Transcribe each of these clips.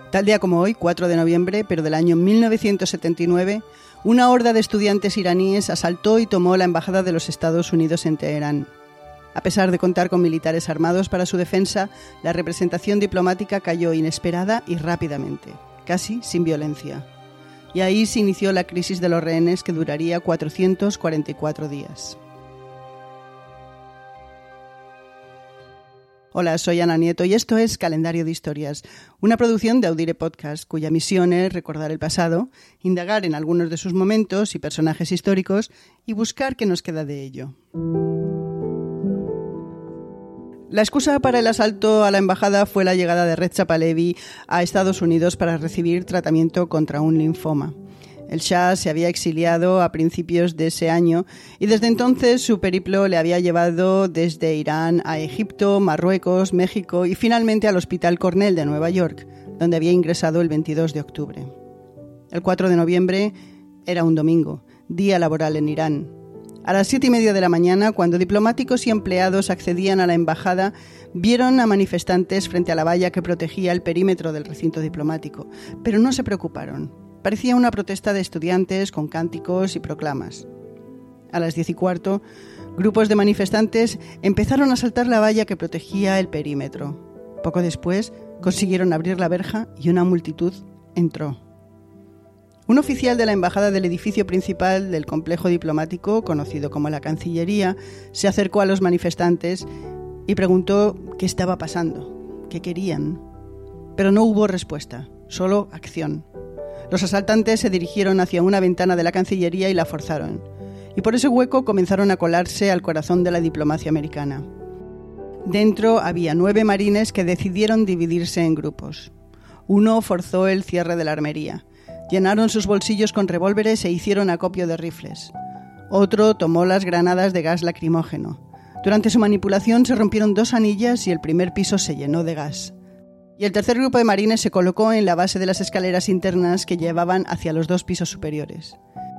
Tal día como hoy, 4 de noviembre, pero del año 1979, una horda de estudiantes iraníes asaltó y tomó la embajada de los Estados Unidos en Teherán. A pesar de contar con militares armados para su defensa, la representación diplomática cayó inesperada y rápidamente, casi sin violencia. Y ahí se inició la crisis de los rehenes que duraría 444 días. Hola, soy Ana Nieto y esto es Calendario de Historias, una producción de Audire Podcast, cuya misión es recordar el pasado, indagar en algunos de sus momentos y personajes históricos y buscar qué nos queda de ello. La excusa para el asalto a la embajada fue la llegada de Reza Pahlavi a Estados Unidos para recibir tratamiento contra un linfoma. El Shah se había exiliado a principios de ese año y desde entonces su periplo le había llevado desde Irán a Egipto, Marruecos, México y finalmente al Hospital Cornell de Nueva York, donde había ingresado el 22 de octubre. El 4 de noviembre era un domingo, día laboral en Irán. A las 7:30 de la mañana, cuando diplomáticos y empleados accedían a la embajada, vieron a manifestantes frente a la valla que protegía el perímetro del recinto diplomático, pero no se preocuparon. Parecía una protesta de estudiantes con cánticos y proclamas. A las 10:15, grupos de manifestantes empezaron a saltar la valla que protegía el perímetro. Poco después, consiguieron abrir la verja y una multitud entró. Un oficial de la embajada del edificio principal del complejo diplomático, conocido como la Cancillería, se acercó a los manifestantes y preguntó qué estaba pasando, qué querían. Pero no hubo respuesta, solo acción. Los asaltantes se dirigieron hacia una ventana de la Cancillería y la forzaron. Y por ese hueco comenzaron a colarse al corazón de la diplomacia americana. Dentro había 9 marines que decidieron dividirse en grupos. Uno forzó el cierre de la armería. Llenaron sus bolsillos con revólveres e hicieron acopio de rifles. Otro tomó las granadas de gas lacrimógeno. Durante su manipulación se rompieron 2 anillas y el primer piso se llenó de gas. Y el tercer grupo de marines se colocó en la base de las escaleras internas que llevaban hacia los 2 pisos superiores.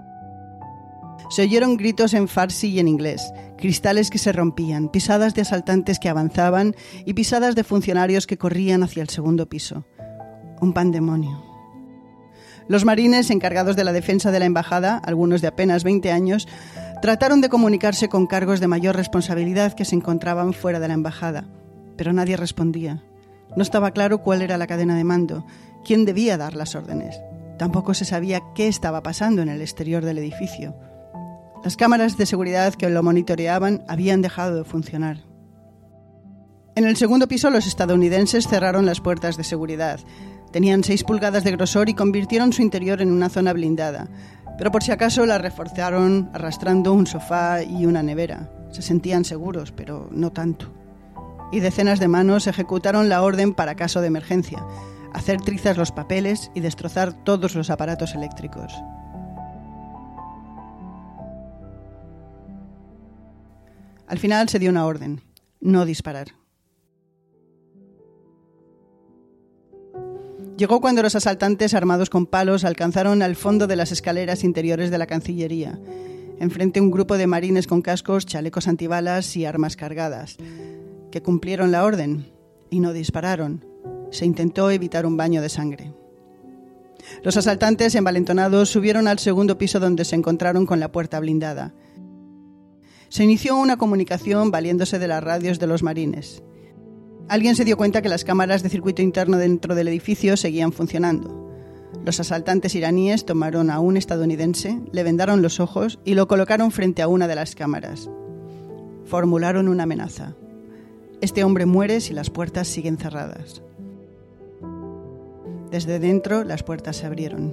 Se oyeron gritos en farsi y en inglés, cristales que se rompían, pisadas de asaltantes que avanzaban y pisadas de funcionarios que corrían hacia el segundo piso. Un pandemonio. Los marines encargados de la defensa de la embajada, algunos de apenas 20 años, trataron de comunicarse con cargos de mayor responsabilidad que se encontraban fuera de la embajada, pero nadie respondía. No estaba claro cuál era la cadena de mando, quién debía dar las órdenes. Tampoco se sabía qué estaba pasando en el exterior del edificio. Las cámaras de seguridad que lo monitoreaban habían dejado de funcionar. En el segundo piso, los estadounidenses cerraron las puertas de seguridad. Tenían 6 pulgadas de grosor y convirtieron su interior en una zona blindada, pero por si acaso la reforzaron arrastrando un sofá y una nevera. Se sentían seguros, pero no tanto. Y decenas de manos ejecutaron la orden para caso de emergencia, hacer trizas los papeles y destrozar todos los aparatos eléctricos. Al final se dio una orden: no disparar. Llegó cuando los asaltantes armados con palos alcanzaron al fondo de las escaleras interiores de la Cancillería. Enfrente un grupo de marines con cascos, chalecos antibalas y armas cargadas, que cumplieron la orden y no dispararon. Se intentó evitar un baño de sangre. Los asaltantes, envalentonados, subieron al segundo piso donde se encontraron con la puerta blindada. Se inició una comunicación valiéndose de las radios de los marines. Alguien se dio cuenta que las cámaras de circuito interno dentro del edificio seguían funcionando. Los asaltantes iraníes tomaron a un estadounidense, le vendaron los ojos y lo colocaron frente a una de las cámaras. Formularon una amenaza: este hombre muere si las puertas siguen cerradas. Desde dentro, las puertas se abrieron.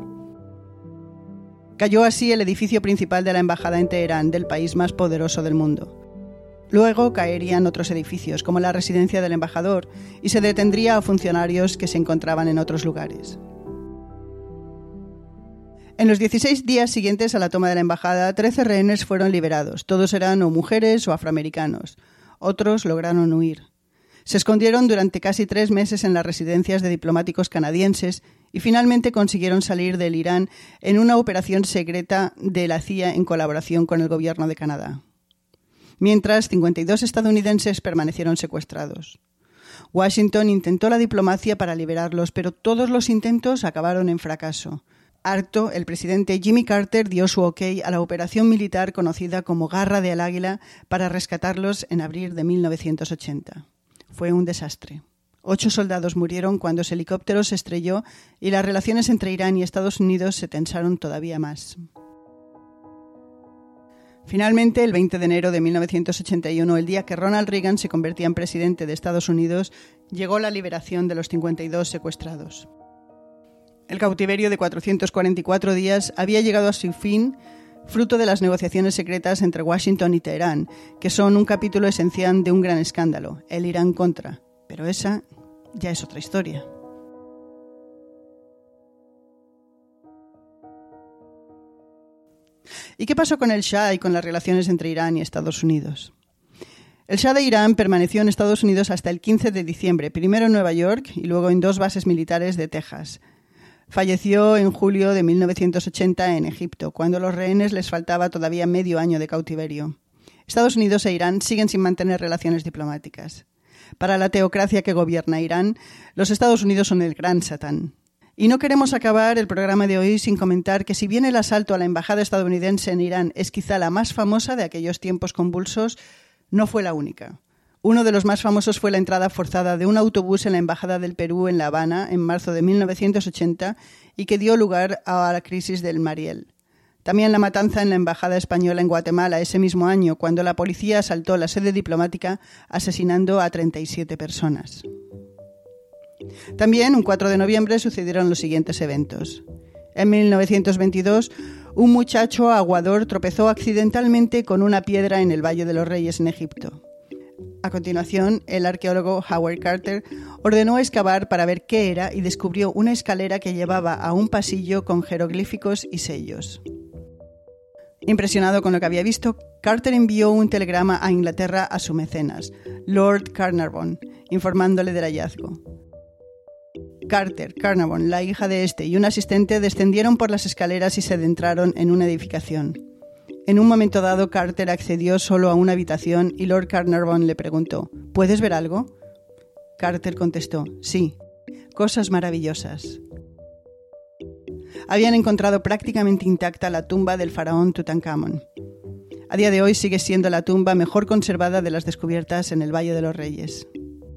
Cayó así el edificio principal de la embajada en Teherán, del país más poderoso del mundo. Luego caerían otros edificios, como la residencia del embajador, y se detendría a funcionarios que se encontraban en otros lugares. En los 16 días siguientes a la toma de la embajada, 13 rehenes fueron liberados. Todos eran o mujeres o afroamericanos. Otros lograron huir. Se escondieron durante casi 3 meses en las residencias de diplomáticos canadienses y finalmente consiguieron salir del Irán en una operación secreta de la CIA en colaboración con el gobierno de Canadá. Mientras, 52 estadounidenses permanecieron secuestrados. Washington intentó la diplomacia para liberarlos, pero todos los intentos acabaron en fracaso. Harto, el presidente Jimmy Carter dio su ok a la operación militar conocida como Garra del Águila para rescatarlos en abril de 1980. Fue un desastre. 8 soldados murieron cuando ese helicóptero se estrelló y las relaciones entre Irán y Estados Unidos se tensaron todavía más. Finalmente, el 20 de enero de 1981, el día que Ronald Reagan se convertía en presidente de Estados Unidos, llegó la liberación de los 52 secuestrados. El cautiverio de 444 días había llegado a su fin, fruto de las negociaciones secretas entre Washington y Teherán, que son un capítulo esencial de un gran escándalo, el Irán-Contra. Pero esa ya es otra historia. ¿Y qué pasó con el Shah y con las relaciones entre Irán y Estados Unidos? El Shah de Irán permaneció en Estados Unidos hasta el 15 de diciembre, primero en Nueva York y luego en 2 bases militares de Texas. Falleció en julio de 1980 en Egipto, cuando a los rehenes les faltaba todavía medio año de cautiverio. Estados Unidos e Irán siguen sin mantener relaciones diplomáticas. Para la teocracia que gobierna Irán, los Estados Unidos son el gran Satán. Y no queremos acabar el programa de hoy sin comentar que si bien el asalto a la embajada estadounidense en Irán es quizá la más famosa de aquellos tiempos convulsos, no fue la única. Uno de los más famosos fue la entrada forzada de un autobús en la embajada del Perú en La Habana en marzo de 1980 y que dio lugar a la crisis del Mariel. También la matanza en la embajada española en Guatemala ese mismo año, cuando la policía asaltó la sede diplomática asesinando a 37 personas. También, un 4 de noviembre, sucedieron los siguientes eventos. En 1922, un muchacho aguador tropezó accidentalmente con una piedra en el Valle de los Reyes en Egipto. A continuación, el arqueólogo Howard Carter ordenó excavar para ver qué era y descubrió una escalera que llevaba a un pasillo con jeroglíficos y sellos. Impresionado con lo que había visto, Carter envió un telegrama a Inglaterra a su mecenas, Lord Carnarvon, informándole del hallazgo. Carter, Carnarvon, la hija de este y un asistente descendieron por las escaleras y se adentraron en una edificación. En un momento dado, Carter accedió solo a una habitación y Lord Carnarvon le preguntó, ¿puedes ver algo? Carter contestó, sí, cosas maravillosas. Habían encontrado prácticamente intacta la tumba del faraón Tutankamón. A día de hoy sigue siendo la tumba mejor conservada de las descubiertas en el Valle de los Reyes.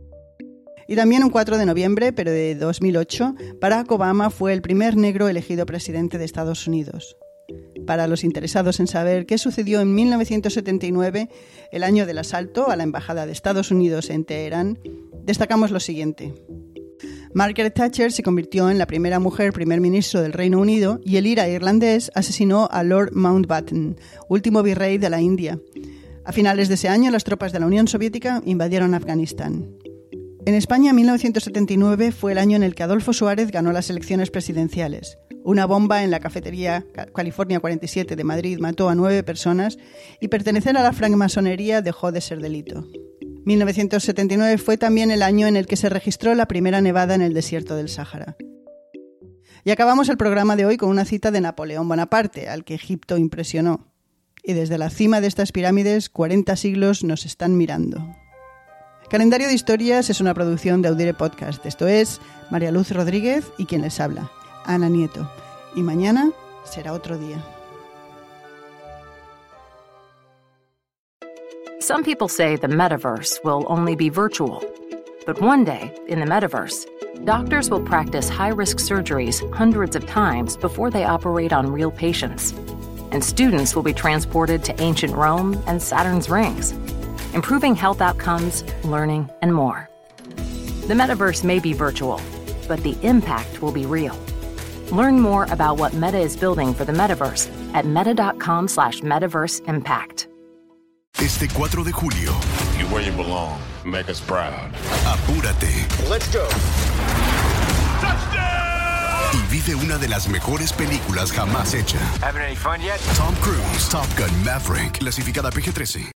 Y también un 4 de noviembre, pero de 2008, Barack Obama fue el primer negro elegido presidente de Estados Unidos. Para los interesados en saber qué sucedió en 1979, el año del asalto a la Embajada de Estados Unidos en Teherán, destacamos lo siguiente. Margaret Thatcher se convirtió en la primera mujer primer ministro del Reino Unido y el IRA irlandés asesinó a Lord Mountbatten, último virrey de la India. A finales de ese año, las tropas de la Unión Soviética invadieron Afganistán. En España, 1979 fue el año en el que Adolfo Suárez ganó las elecciones presidenciales. Una bomba en la cafetería California 47 de Madrid mató a 9 personas y pertenecer a la francmasonería dejó de ser delito. 1979 fue también el año en el que se registró la primera nevada en el desierto del Sáhara. Y acabamos el programa de hoy con una cita de Napoleón Bonaparte, al que Egipto impresionó. Y desde la cima de estas pirámides, 40 siglos nos están mirando. Calendario de Historias es una producción de Audire Podcast. Esto es María Luz Rodríguez y quien les habla, Ana Nieto. Y mañana será otro día. Some people say the metaverse will only be virtual. But one day, in the metaverse, doctors will practice high-risk surgeries hundreds of times before they operate on real patients. And students will be transported to ancient Rome and Saturn's rings, improving health outcomes, learning, and more. The metaverse may be virtual, but the impact will be real. Learn more about what Meta is building for the metaverse at meta.com/metaverseimpact. Este 4 de julio, You're where you belong. Make us proud. apúrate Let's go. Touchdown! y vive una de las mejores películas jamás hecha. Having any fun yet? Tom Cruise, Top Gun Maverick, clasificada PG-13.